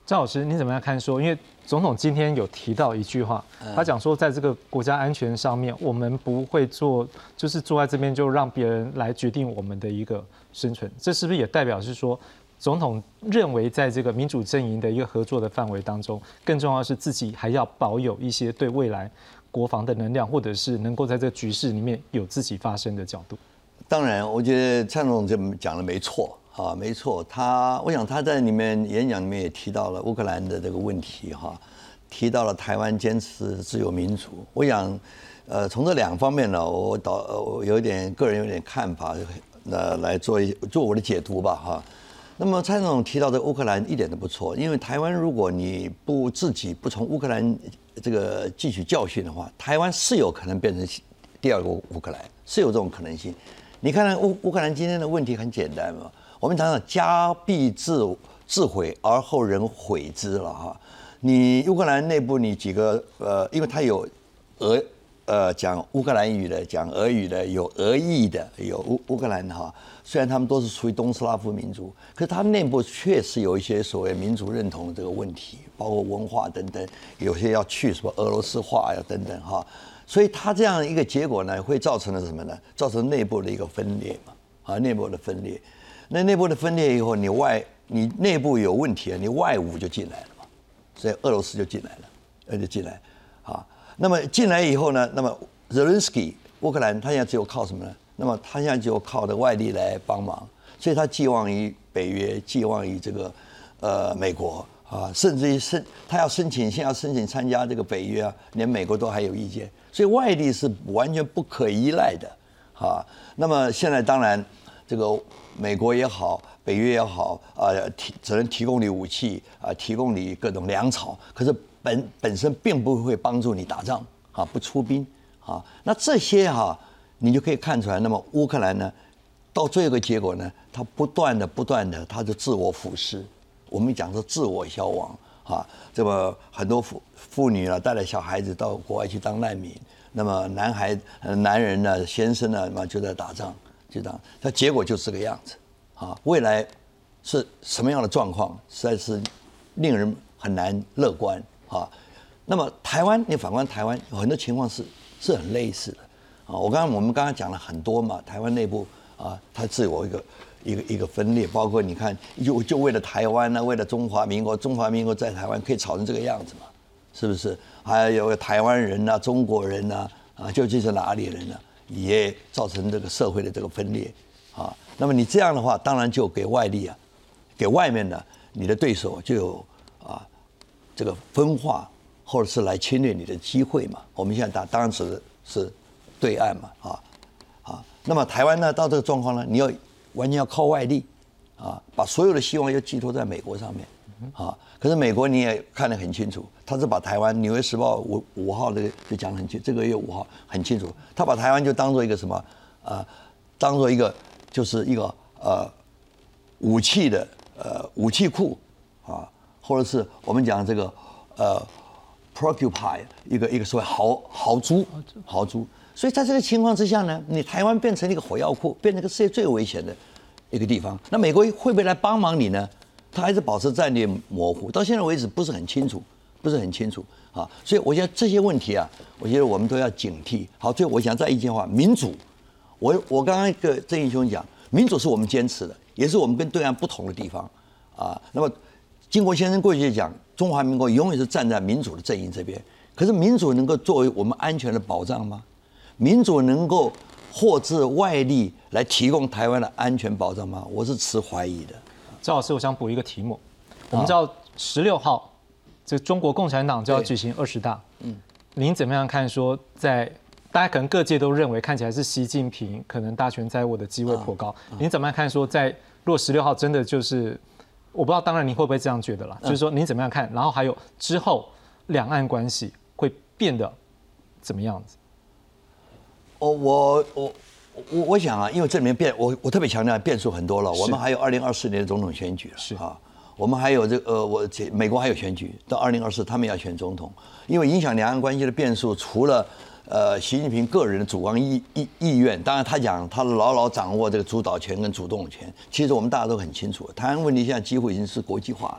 赵老师，你怎么样看说？因为总统今天有提到一句话，他讲说，在这个国家安全上面，我们不会做，就是坐在这边就让别人来决定我们的一个生存。这是不是也代表是说，总统认为在这个民主阵营的一个合作的范围当中，更重要的是自己还要保有一些对未来国防的能量，或者是能够在这个局势里面有自己发声的角度？ 当然，我觉得蔡总统这讲的没错。啊，没错，他我想他在里面演讲里面也提到了乌克兰的这个问题哈，提到了台湾坚持自由民主。我想，呃，从这两方面呢，我导我有点个人有点看法，呃，来做一做我的解读吧哈。那么蔡总统提到的乌克兰一点都不错，因为台湾如果你不自己不从乌克兰这个汲取教训的话，台湾是有可能变成第二个乌克兰，是有这种可能性。你看看乌乌克兰今天的问题很简单嘛。我们常常家必自自毁，而后人毁之了哈。你乌克兰内部你几个呃，因为它有俄呃讲乌克兰语的，讲俄语的，有俄裔的，有乌乌克兰哈。虽然他们都是属于东斯拉夫民族，可是他们内部确实有一些所谓民族认同的这个问题，包括文化等等，有些要去什么俄罗斯化呀等等哈。所以它这样一个结果呢，会造成了什么呢？造成内部的一个分裂嘛，啊，内部的分裂。那内部的分裂以后，你外你内部有问题啊，你外侮就进来了嘛，所以俄罗斯就进来了，呃就进来啊。那么进来以后呢，那么泽连斯基乌克兰他现在只有靠什么呢？那么他现在只有靠的外力来帮忙，所以他寄望于北约，寄望于这个呃美国啊，甚至于申他要申请，现在要申请参加这个北约啊，连美国都还有意见，所以外力是完全不可依赖的啊。那么现在当然这个。美国也好，北约也好，啊、呃，提只能提供你武器，啊、呃，提供你各种粮草，可是本本身并不会帮助你打仗，啊，不出兵，啊，那这些哈、啊，你就可以看出来，那么乌克兰呢，到最后一个结果呢，它不断的、不断的，它就自我腐蚀。我们讲说自我消亡，啊，这么很多妇妇女啊，带着小孩子到国外去当难民，那么男孩、男人呢，先生呢，嘛就在打仗。就这样，它结果就是这个样子，啊，未来是什么样的状况，实在是令人很难乐观啊。那么台湾，你反观台湾，有很多情况是是很类似的啊。我刚刚我们刚刚讲了很多嘛，台湾内部啊，它是有一个一个一个分裂，包括你看，就就为了台湾呢，为了中华民国，中华民国在台湾可以吵成这个样子嘛，是不是？还有台湾人呐、啊，中国人呐、啊，啊，究竟是哪里人呢、啊？也造成这个社会的这个分裂，啊，那么你这样的话，当然就给外力啊，给外面的你的对手就有啊这个分化或者是来侵略你的机会嘛。我们现在打当然指的是对岸嘛，啊啊，那么台湾呢到这个状况呢，你要完全要靠外力啊，把所有的希望要寄托在美国上面啊。可是美国你也看得很清楚，他是把台湾《纽约时报》五五号这个就讲得很清，这个月五号很清楚，他把台湾就当做一个什么啊、呃，当做一个就是一个呃武器的呃武器库啊，或者是我们讲这个呃 preoccupy 一个一个所谓豪豪猪豪猪，所以在这个情况之下呢，你台湾变成一个火药库，变成一个世界最危险的一个地方，那美国会不会来帮忙你呢？他还是保持战略模糊，到现在为止不是很清楚，不是很清楚啊。所以我觉得这些问题啊，我觉得我们都要警惕。好，最后我想再一句话，民主，我我刚刚跟郑义兄讲，民主是我们坚持的，也是我们跟对岸不同的地方啊。那么，经国先生过去讲，中华民国永远是站在民主的阵营这边。可是民主能够作为我们安全的保障吗？民主能够获致外力来提供台湾的安全保障吗？我是持怀疑的。 赵老师，我想补一个题目。我们知道十六号，这中国共产党就要举行二十大。嗯，您怎么样看？说在大家可能各界都认为看起来是习近平可能大权在握的机会颇高。您怎么样看？说在如果十六号真的就是，我不知道，当然您会不会这样觉得啦？就是说您怎么样看？然后还有之后两岸关系会变得怎么样子？ 哦，我我。我我想啊，因为这里面变，我我特别强调变数很多了。我们还有二零二四年的总统选举了，是啊，我们还有这个呃，我美国还有选举，到二零二四他们要选总统，因为影响两岸关系的变数，除了呃习近平个人的主观意意意愿，当然他讲他牢牢掌握这个主导权跟主动权，其实我们大家都很清楚，台湾问题现在几乎已经是国际化了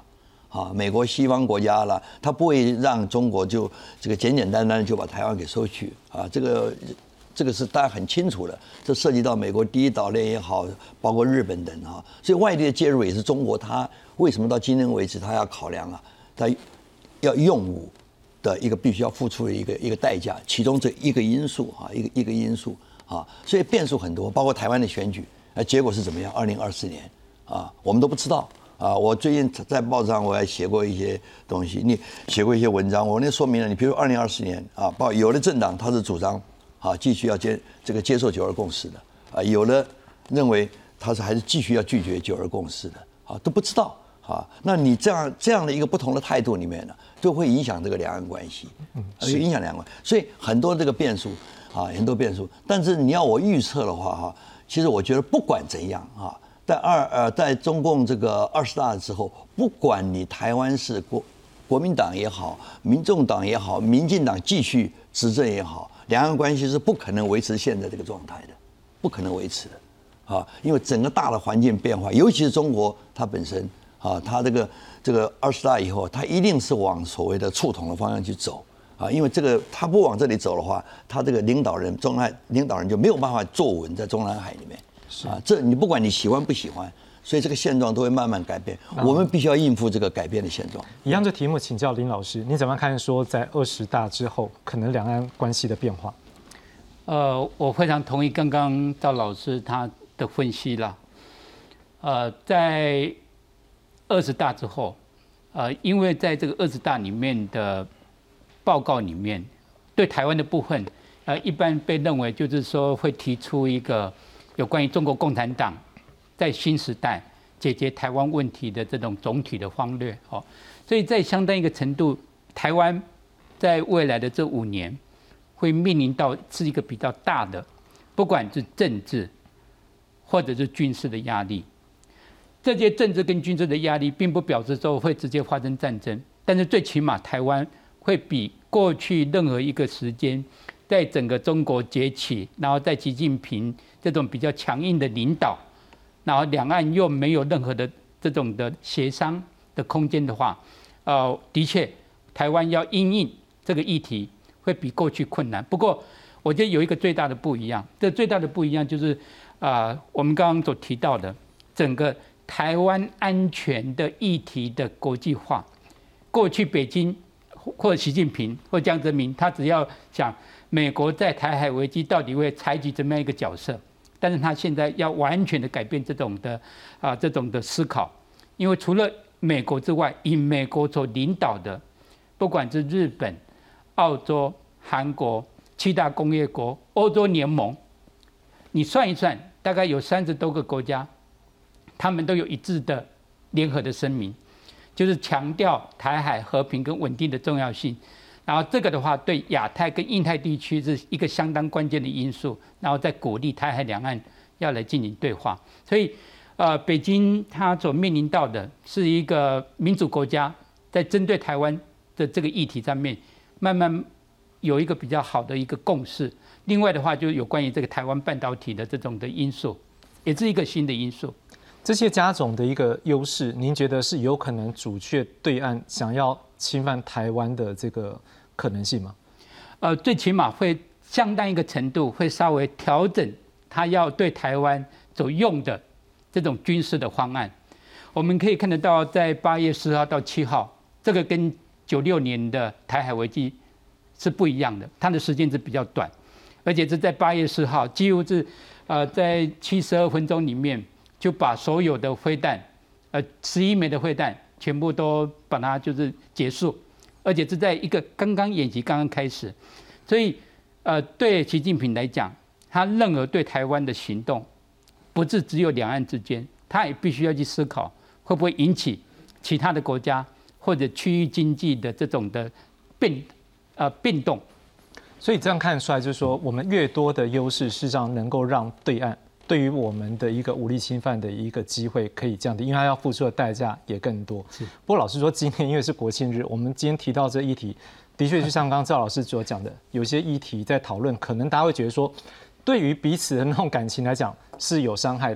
啊，美国西方国家了，他不会让中国就这个简简单单就把台湾给收去啊，这个这个是大家很清楚的，这涉及到美国第一岛链也好，包括日本等啊，所以外地的介入也是中国他为什么到今天为止他要考量啊，他要用武的一个必须要付出的一个一个代价，其中这一个因素啊，一个一个因素啊，所以变数很多，包括台湾的选举，呃，结果是怎么样？二零二四年啊，我们都不知道。啊，我最近在报纸上我还写过一些东西，你写过一些文章，我那说明了，你比如二零二四年啊，报有的政党他是主张啊继续要接这个接受九二共识的啊，有的认为他是还是继续要拒绝九二共识的啊，都不知道啊。那你这样这样的一个不同的态度里面呢，就会影响这个两岸关系，嗯，影响两岸关系，所以很多这个变数啊，很多变数。但是你要我预测的话哈，其实我觉得不管怎样啊。在二呃，在中共这个二十大之后，不管你台湾是国国民党也好，民众党也好，民进党继续执政也好，两岸关系是不可能维持现在这个状态的，不可能维持的啊！因为整个大的环境变化，尤其是中国它本身啊，它这个这个二十大以后，它一定是往所谓的促统的方向去走啊！因为这个它不往这里走的话，它这个领导人中南领导人就没有办法坐稳在中南海里面。啊，这你不管你喜欢不喜欢，所以这个现状都会慢慢改变。我们必须要应付这个改变的现状。 一样的题目，请教林老师，你怎么看说在二十大之后可能两岸关系的变化？ 呃，我非常同意刚刚赵老师他的分析啦。呃，在二十大之后，呃，因为在这个二十大里面的报告里面，对台湾的部分，呃，一般被认为就是说会提出一个。有关于中国共产党在新时代解决台湾问题的这种总体的方略，哦，所以在相当一个程度，台湾在未来的这五年会面临到是一个比较大的，不管是政治或者是军事的压力。这些政治跟军事的压力，并不表示说会直接发生战争，但是最起码台湾会比过去任何一个时间，在整个中国崛起，然后在习近平这种比较强硬的领导，然后两岸又没有任何的这种的协商的空间的话，呃，的确，台湾要因应这个议题会比过去困难。不过，我觉得有一个最大的不一样，这最大的不一样就是啊、呃，我们刚刚所提到的整个台湾安全的议题的国际化。过去北京或者习近平或江泽民，他只要想美国在台海危机到底会采取怎么样一个角色。但是他现在要完全的改变这种的啊这种的思考，因为除了美国之外，以美国所领导的，不管是日本、澳洲、韩国七大工业国、欧洲联盟，你算一算，大概有三十多个国家，他们都有一致的联合的声明，就是强调台海和平跟稳定的重要性。然后这个的话，对亚太跟印太地区是一个相当关键的因素，然后再鼓励台海两岸要来进行对话。所以，呃，北京它所面临到的是一个民主国家在针对台湾的这个议题上面，慢慢有一个比较好的一个共识。另外的话，就有关于这个台湾半导体的这种的因素，也是一个新的因素。 这些加总的一个优势，您觉得是有可能阻却对岸想要侵犯台湾的这个可能性吗？ 呃，最起码会相当一个程度会稍微调整他要对台湾所用的这种军事的方案。我们可以看得到，在八月四号到七号，这个跟九六年的台海危机是不一样的，它的时间是比较短，而且是在八月四号，几乎是呃在七十二分钟里面就把所有的飞弹，呃十一枚的飞弹全部都把它就是结束。而且是在一个刚刚演习刚刚开始，所以呃，对习近平来讲，他任何对台湾的行动，不是只有两岸之间，他也必须要去思考会不会引起其他的国家或者区域经济的这种的变呃变动。 所以这样看出来，就是说我们越多的优势，事实上能够让对岸对于我们的一个武力侵犯的一个机会可以降低，因为它要付出的代价也更多。不过老实说，今天因为是国庆日，我们今天提到这议题，的确就像刚刚赵老师所讲的，有些议题在讨论，可能大家会觉得说，对于彼此的那种感情来讲是有伤害的。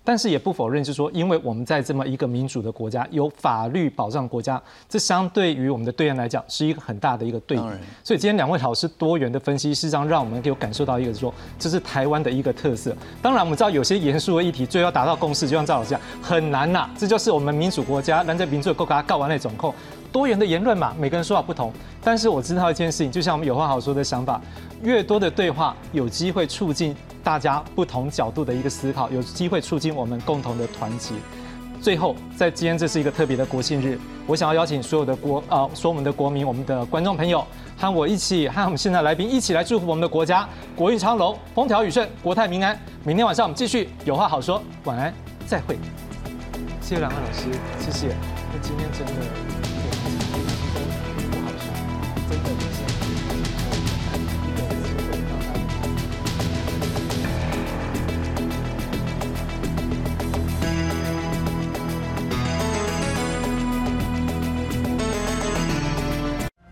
但是也不否认，就是说，因为我们在这么一个民主的国家，有法律保障国家，这相对于我们的对岸来讲，是一个很大的一个对比。所以今天两位老师多元的分析，事实上让我们有感受到一个说，这是台湾的一个特色。当然，我们知道有些严肃的议题，最后要达到共识，就像赵老师讲，很难呐、啊。这就是我们民主国家，咱这民主国家告完那总控。多元的言论嘛，每个人说法不同，但是我知道一件事情，就像我们有话好说的想法，越多的对话，有机会促进大家不同角度的一个思考，有机会促进我们共同的团结。最后，在今天这是一个特别的国庆日，我想要邀请所有的国呃，说我们的国民、我们的观众朋友，和我一起，和我们现在来宾一起来祝福我们的国家国运昌隆、风调雨顺、国泰民安。明天晚上我们继续有话好说，晚安，再会。谢谢两位老师，谢谢。那今天真的。